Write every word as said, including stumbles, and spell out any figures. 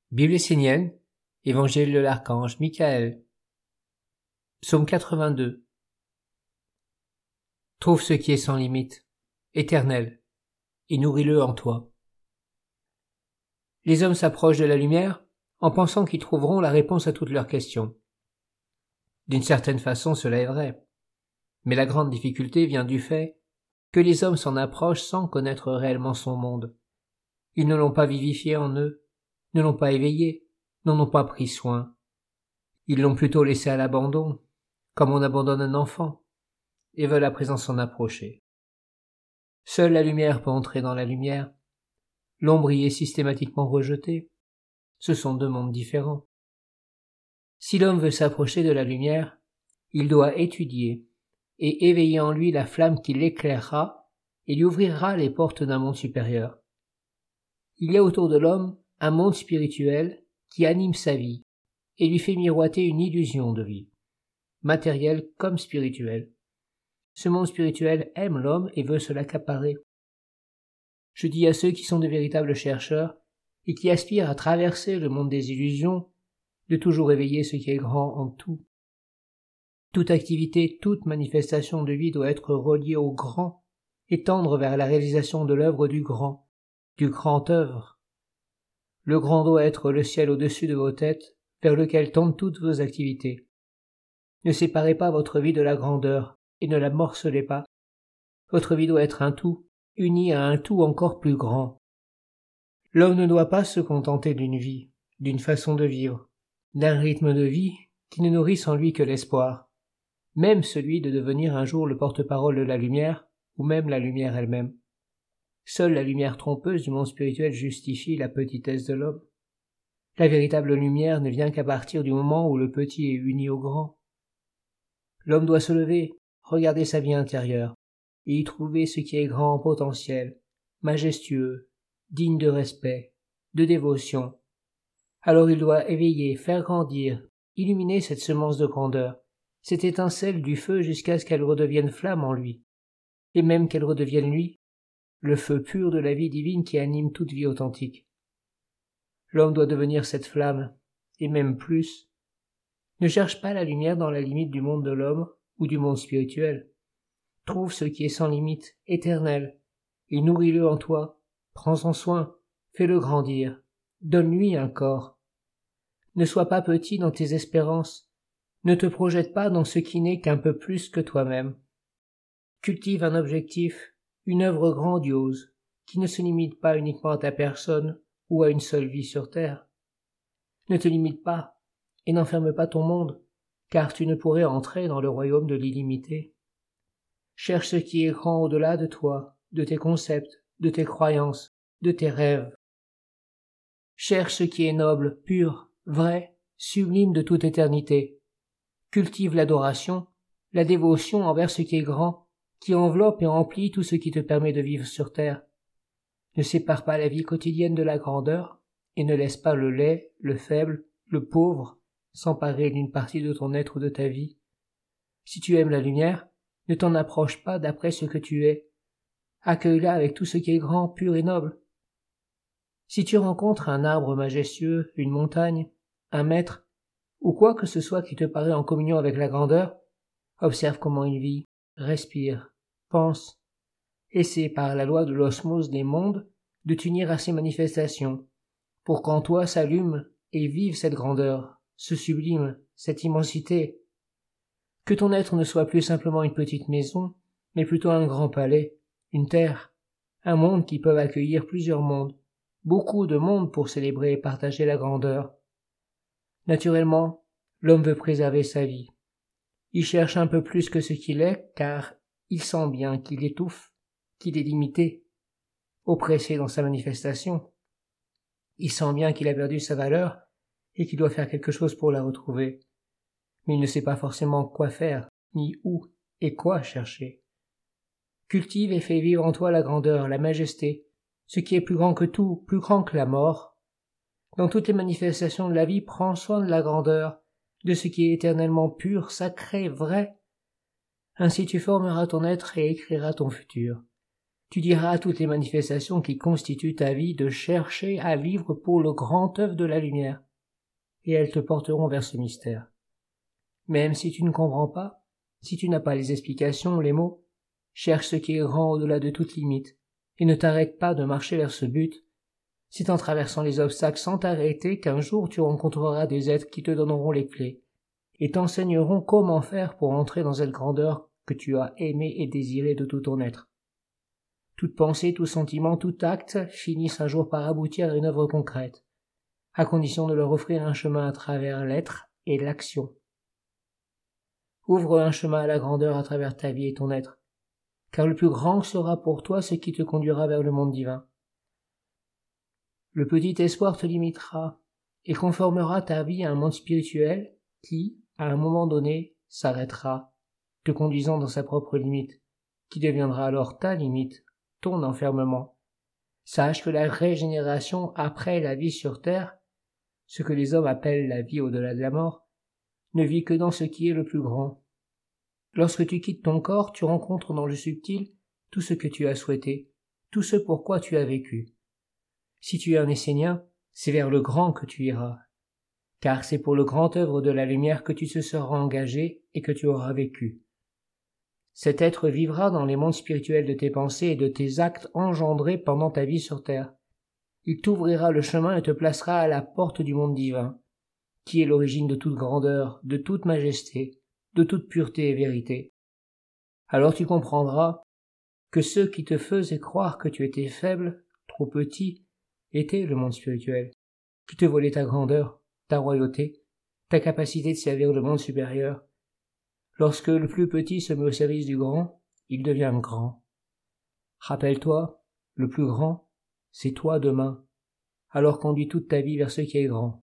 Bible essénienne, Évangile de l'archange Michael. Psaume quatre-vingt-deux. Trouve ce qui est sans limite, éternel, et nourris-le en toi. Les hommes s'approchent de la lumière en pensant qu'ils trouveront la réponse à toutes leurs questions. D'une certaine façon, cela est vrai. Mais la grande difficulté vient du fait que les hommes s'en approchent sans connaître réellement son monde. Ils ne l'ont pas vivifié en eux, ne l'ont pas éveillé, n'en ont pas pris soin. Ils l'ont plutôt laissé à l'abandon, comme on abandonne un enfant, et veulent à présent s'en approcher. Seule la lumière peut entrer dans la lumière. L'ombre y est systématiquement rejetée. Ce sont deux mondes différents. Si l'homme veut s'approcher de la lumière, il doit étudier et éveiller en lui la flamme qui l'éclairera et lui ouvrira les portes d'un monde supérieur. Il y a autour de l'homme un monde spirituel qui anime sa vie et lui fait miroiter une illusion de vie, matérielle comme spirituelle. Ce monde spirituel aime l'homme et veut se l'accaparer. Je dis à ceux qui sont de véritables chercheurs et qui aspirent à traverser le monde des illusions de toujours éveiller ce qui est grand en tout. Toute activité, toute manifestation de vie doit être reliée au grand et tendre vers la réalisation de l'œuvre du grand, du grand œuvre. Le grand doit être le ciel au-dessus de vos têtes, vers lequel tendent toutes vos activités. Ne séparez pas votre vie de la grandeur, et ne la morcelez pas. Votre vie doit être un tout, uni à un tout encore plus grand. L'homme ne doit pas se contenter d'une vie, d'une façon de vivre, d'un rythme de vie qui ne nourrisse en lui que l'espoir, même celui de devenir un jour le porte-parole de la lumière, ou même la lumière elle-même. Seule la lumière trompeuse du monde spirituel justifie la petitesse de l'homme. La véritable lumière ne vient qu'à partir du moment où le petit est uni au grand. L'homme doit se lever, regarder sa vie intérieure, et y trouver ce qui est grand en potentiel, majestueux, digne de respect, de dévotion. Alors il doit éveiller, faire grandir, illuminer cette semence de grandeur, cette étincelle du feu jusqu'à ce qu'elle redevienne flamme en lui, et même qu'elle redevienne lui, le feu pur de la vie divine qui anime toute vie authentique. L'homme doit devenir cette flamme, et même plus. Ne cherche pas la lumière dans la limite du monde de l'homme ou du monde spirituel. Trouve ce qui est sans limite, éternel, et nourris-le en toi, prends-en soin, fais-le grandir, donne-lui un corps. Ne sois pas petit dans tes espérances, ne te projette pas dans ce qui n'est qu'un peu plus que toi-même. Cultive un objectif, une œuvre grandiose, qui ne se limite pas uniquement à ta personne ou à une seule vie sur terre. Ne te limite pas, et n'enferme pas ton monde, car tu ne pourrais entrer dans le royaume de l'illimité. Cherche ce qui est grand au-delà de toi, de tes concepts, de tes croyances, de tes rêves. Cherche ce qui est noble, pur, vrai, sublime de toute éternité. Cultive l'adoration, la dévotion envers ce qui est grand, qui enveloppe et remplit tout ce qui te permet de vivre sur terre. Ne sépare pas la vie quotidienne de la grandeur, et ne laisse pas le laid, le faible, le pauvre, s'emparer d'une partie de ton être ou de ta vie. Si tu aimes la lumière, ne t'en approche pas d'après ce que tu es. Accueille-la avec tout ce qui est grand, pur et noble. Si tu rencontres un arbre majestueux, une montagne, un maître, ou quoi que ce soit qui te paraît en communion avec la grandeur, observe comment il vit, respire, pense. Essaie par la loi de l'osmose des mondes de t'unir à ces manifestations, pour qu'en toi s'allume et vive cette grandeur, ce sublime, cette immensité. Que ton être ne soit plus simplement une petite maison, mais plutôt un grand palais, une terre, un monde qui peut accueillir plusieurs mondes, beaucoup de mondes pour célébrer et partager la grandeur. Naturellement, l'homme veut préserver sa vie. Il cherche un peu plus que ce qu'il est, car il sent bien qu'il étouffe, qu'il est limité, oppressé dans sa manifestation. Il sent bien qu'il a perdu sa valeur et qu'il doit faire quelque chose pour la retrouver. Mais il ne sait pas forcément quoi faire, ni où et quoi chercher. Cultive et fais vivre en toi la grandeur, la majesté, ce qui est plus grand que tout, plus grand que la mort. Dans toutes les manifestations de la vie, prends soin de la grandeur, de ce qui est éternellement pur, sacré, vrai. Ainsi tu formeras ton être et écriras ton futur. Tu diras à toutes les manifestations qui constituent ta vie de chercher à vivre pour le grand œuvre de la lumière, et elles te porteront vers ce mystère. Même si tu ne comprends pas, si tu n'as pas les explications, les mots, cherche ce qui est grand au-delà de toute limite, et ne t'arrête pas de marcher vers ce but. C'est en traversant les obstacles sans t'arrêter qu'un jour tu rencontreras des êtres qui te donneront les clés, et t'enseigneront comment faire pour entrer dans cette grandeur que tu as aimée et désirée de tout ton être. Toute pensée, tout sentiment, tout acte finissent un jour par aboutir à une œuvre concrète, à condition de leur offrir un chemin à travers l'être et l'action. Ouvre un chemin à la grandeur à travers ta vie et ton être, car le plus grand sera pour toi ce qui te conduira vers le monde divin. Le petit espoir te limitera et conformera ta vie à un monde spirituel qui, à un moment donné, s'arrêtera, te conduisant dans sa propre limite, qui deviendra alors ta limite, ton enfermement. Sache que la régénération après la vie sur terre, ce que les hommes appellent la vie au-delà de la mort, ne vit que dans ce qui est le plus grand. Lorsque tu quittes ton corps, tu rencontres dans le subtil tout ce que tu as souhaité, tout ce pourquoi tu as vécu. Si tu es un Essénien, c'est vers le grand que tu iras, car c'est pour le grand œuvre de la lumière que tu te seras engagé et que tu auras vécu. Cet être vivra dans les mondes spirituels de tes pensées et de tes actes engendrés pendant ta vie sur terre. Il t'ouvrira le chemin et te placera à la porte du monde divin, qui est l'origine de toute grandeur, de toute majesté, de toute pureté et vérité. Alors tu comprendras que ceux qui te faisaient croire que tu étais faible, trop petit, étaient le monde spirituel, qui te volait ta grandeur, ta royauté, ta capacité de servir le monde supérieur. Lorsque le plus petit se met au service du grand, il devient grand. Rappelle-toi, le plus grand, c'est toi demain. Alors conduis toute ta vie vers ce qui est grand.